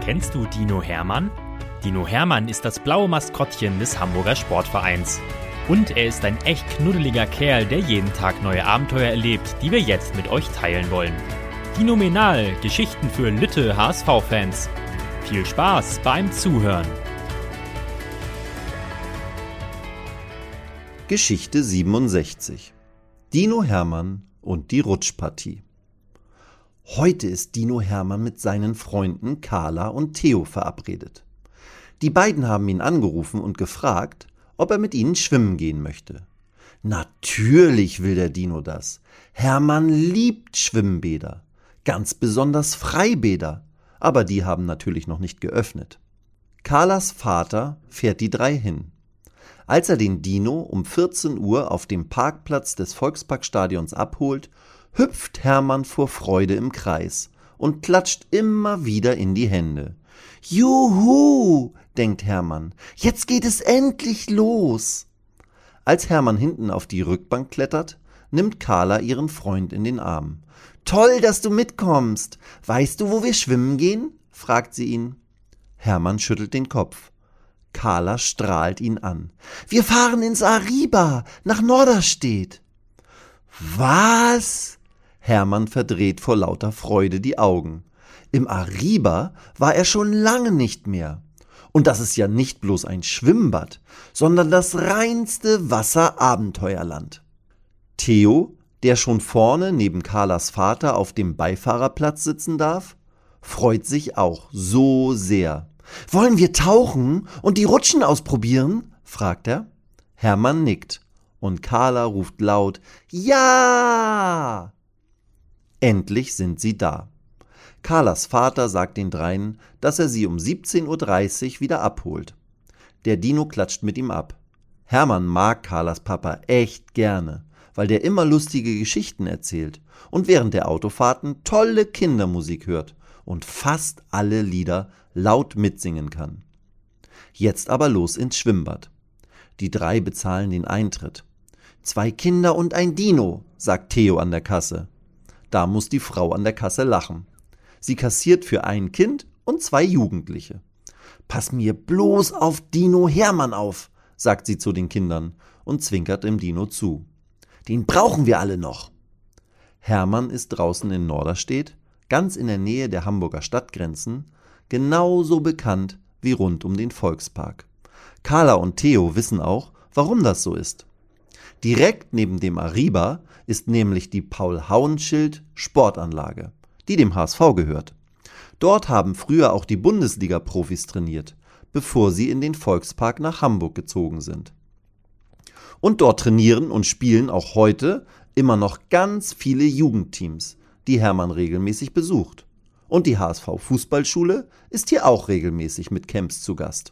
Kennst du Dino Hermann? Dino Hermann ist das blaue Maskottchen des Hamburger Sportvereins. Und er ist ein echt knuddeliger Kerl, der jeden Tag neue Abenteuer erlebt, die wir jetzt mit euch teilen wollen. Dinomenal, Geschichten für Lütte HSV-Fans. Viel Spaß beim Zuhören. Geschichte 67. Dino Hermann und die Rutschpartie. Heute ist Dino Hermann mit seinen Freunden Carla und Theo verabredet. Die beiden haben ihn angerufen und gefragt, ob er mit ihnen schwimmen gehen möchte. Natürlich will der Dino das. Hermann liebt Schwimmbäder, ganz besonders Freibäder, aber die haben natürlich noch nicht geöffnet. Carlas Vater fährt die drei hin. Als er den Dino um 14 Uhr auf dem Parkplatz des Volksparkstadions abholt, hüpft Hermann vor Freude im Kreis und klatscht immer wieder in die Hände. Juhu, denkt Hermann, jetzt geht es endlich los. Als Hermann hinten auf die Rückbank klettert, nimmt Carla ihren Freund in den Arm. Toll, dass du mitkommst. Weißt du, wo wir schwimmen gehen? Fragt sie ihn. Hermann schüttelt den Kopf. Carla strahlt ihn an. Wir fahren ins Ariba, nach Norderstedt. Was? Hermann verdreht vor lauter Freude die Augen. Im Ariba war er schon lange nicht mehr. Und das ist ja nicht bloß ein Schwimmbad, sondern das reinste Wasserabenteuerland. Theo, der schon vorne neben Carlas Vater auf dem Beifahrerplatz sitzen darf, freut sich auch so sehr. Wollen wir tauchen und die Rutschen ausprobieren? Fragt er. Hermann nickt und Carla ruft laut Ja! Endlich sind sie da. Carlas Vater sagt den dreien, dass er sie um 17:30 Uhr wieder abholt. Der Dino klatscht mit ihm ab. Hermann mag Carlas Papa echt gerne, weil der immer lustige Geschichten erzählt und während der Autofahrten tolle Kindermusik hört und fast alle Lieder laut mitsingen kann. Jetzt aber los ins Schwimmbad. Die drei bezahlen den Eintritt. 2 Kinder und ein Dino, sagt Theo an der Kasse. Da muss die Frau an der Kasse lachen. Sie kassiert für ein Kind und 2 Jugendliche. Pass mir bloß auf Dino Hermann auf, sagt sie zu den Kindern und zwinkert dem Dino zu. Den brauchen wir alle noch. Hermann ist draußen in Norderstedt, ganz in der Nähe der Hamburger Stadtgrenzen, genauso bekannt wie rund um den Volkspark. Carla und Theo wissen auch, warum das so ist. Direkt neben dem Ariba ist nämlich die Paul-Hauenschild-Sportanlage, die dem HSV gehört. Dort haben früher auch die Bundesliga-Profis trainiert, bevor sie in den Volkspark nach Hamburg gezogen sind. Und dort trainieren und spielen auch heute immer noch ganz viele Jugendteams, die Hermann regelmäßig besucht. Und die HSV-Fußballschule ist hier auch regelmäßig mit Camps zu Gast.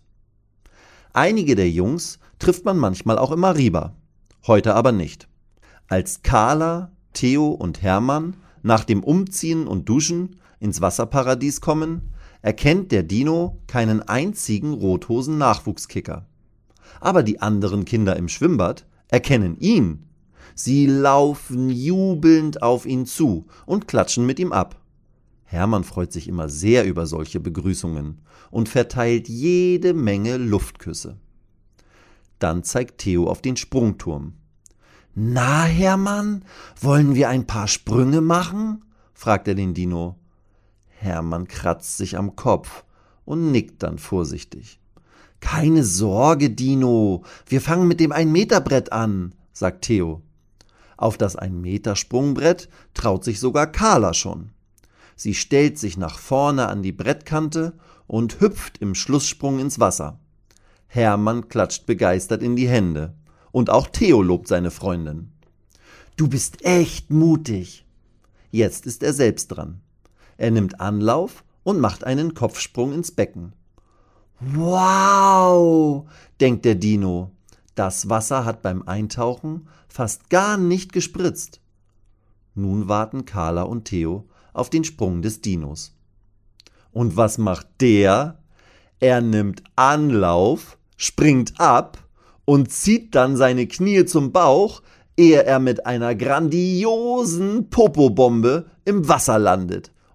Einige der Jungs trifft man manchmal auch im Ariba, heute aber nicht. Als Carla, Theo und Hermann nach dem Umziehen und Duschen ins Wasserparadies kommen, erkennt der Dino keinen einzigen Rothosen-Nachwuchskicker. Aber die anderen Kinder im Schwimmbad erkennen ihn. Sie laufen jubelnd auf ihn zu und klatschen mit ihm ab. Hermann freut sich immer sehr über solche Begrüßungen und verteilt jede Menge Luftküsse. Dann zeigt Theo auf den Sprungturm. Na, Hermann, wollen wir ein paar Sprünge machen? Fragt er den Dino. Hermann kratzt sich am Kopf und nickt dann vorsichtig. Keine Sorge, Dino, wir fangen mit dem 1-Meter-Brett an, sagt Theo. Auf das 1-Meter-Sprungbrett traut sich sogar Carla schon. Sie stellt sich nach vorne an die Brettkante und hüpft im Schlusssprung ins Wasser. Hermann klatscht begeistert in die Hände. Und auch Theo lobt seine Freundin. Du bist echt mutig. Jetzt ist er selbst dran. Er nimmt Anlauf und macht einen Kopfsprung ins Becken. Wow, denkt der Dino. Das Wasser hat beim Eintauchen fast gar nicht gespritzt. Nun warten Carla und Theo auf den Sprung des Dinos. Und was macht der? Er nimmt Anlauf, springt ab und zieht dann seine Knie zum Bauch, ehe er mit einer grandiosen Popobombe im Wasser landet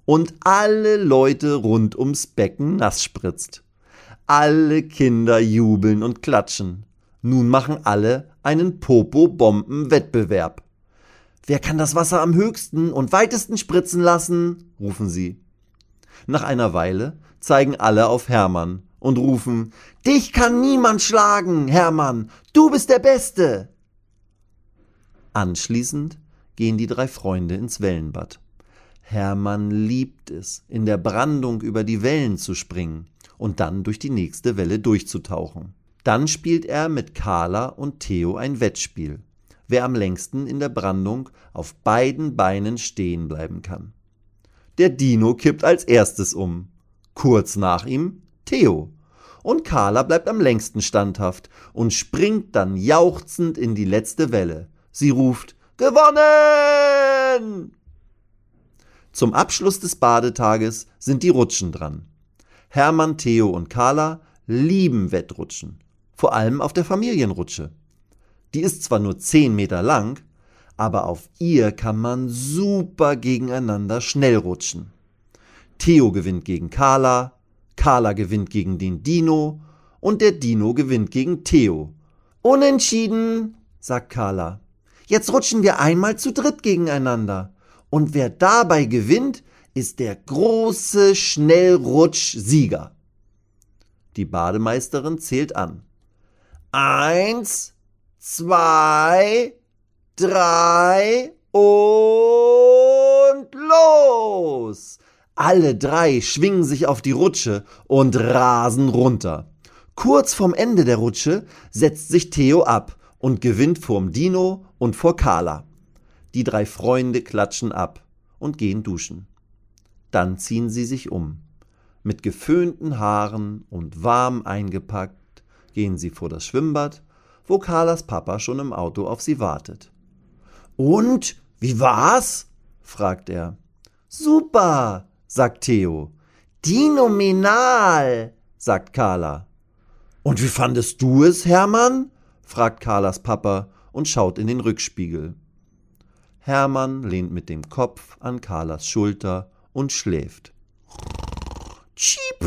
und alle Leute rund ums Becken nass spritzt. Alle Kinder jubeln und klatschen. Nun machen alle einen Popo-Bomben-Wettbewerb. »Wer kann das Wasser am höchsten und weitesten spritzen lassen?« rufen sie. Nach einer Weile zeigen alle auf Hermann und rufen: »Dich kann niemand schlagen, Hermann, du bist der Beste!« Anschließend gehen die 3 Freunde ins Wellenbad. Hermann liebt es, in der Brandung über die Wellen zu springen und dann durch die nächste Welle durchzutauchen. Dann spielt er mit Carla und Theo ein Wettspiel, wer am längsten in der Brandung auf beiden Beinen stehen bleiben kann. Der Dino kippt als erstes um. Kurz nach ihm Theo. Und Carla bleibt am längsten standhaft und springt dann jauchzend in die letzte Welle. Sie ruft: »Gewonnen!« Zum Abschluss des Badetages sind die Rutschen dran. Hermann, Theo und Carla lieben Wettrutschen, vor allem auf der Familienrutsche. Die ist zwar nur 10 Meter lang, aber auf ihr kann man super gegeneinander schnell rutschen. Theo gewinnt gegen Carla, Carla gewinnt gegen den Dino und der Dino gewinnt gegen Theo. »Unentschieden«, sagt Carla. »Jetzt rutschen wir einmal zu dritt gegeneinander. Und wer dabei gewinnt, ist der große Schnellrutsch-Sieger.« Die Bademeisterin zählt an. 1, 2, 3 und los! Alle 3 schwingen sich auf die Rutsche und rasen runter. Kurz vorm Ende der Rutsche setzt sich Theo ab und gewinnt vorm Dino und vor Carla. Die 3 Freunde klatschen ab und gehen duschen. Dann ziehen sie sich um. Mit geföhnten Haaren und warm eingepackt gehen sie vor das Schwimmbad, wo Carlas Papa schon im Auto auf sie wartet. »Und, wie war's?« fragt er. »Super«, sagt Theo. »Dinominal«, sagt Carla. »Und wie fandest du es, Hermann?« fragt Carlas Papa und schaut in den Rückspiegel. Hermann lehnt mit dem Kopf an Carlas Schulter und schläft. »Tschipu!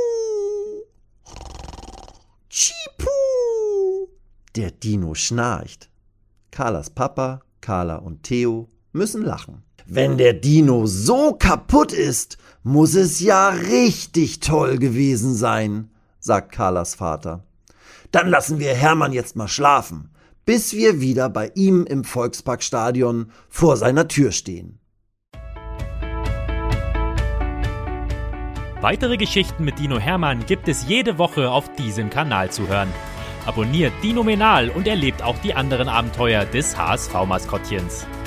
Tschipu!« Der Dino schnarcht. Carlas Papa, Carla und Theo müssen lachen. »Wenn der Dino so kaputt ist, muss es ja richtig toll gewesen sein«, sagt Carlas Vater. »Dann lassen wir Hermann jetzt mal schlafen, bis wir wieder bei ihm im Volksparkstadion vor seiner Tür stehen.« Weitere Geschichten mit Dino Hermann gibt es jede Woche auf diesem Kanal zu hören. Abonniert Dinominal und erlebt auch die anderen Abenteuer des HSV-Maskottchens.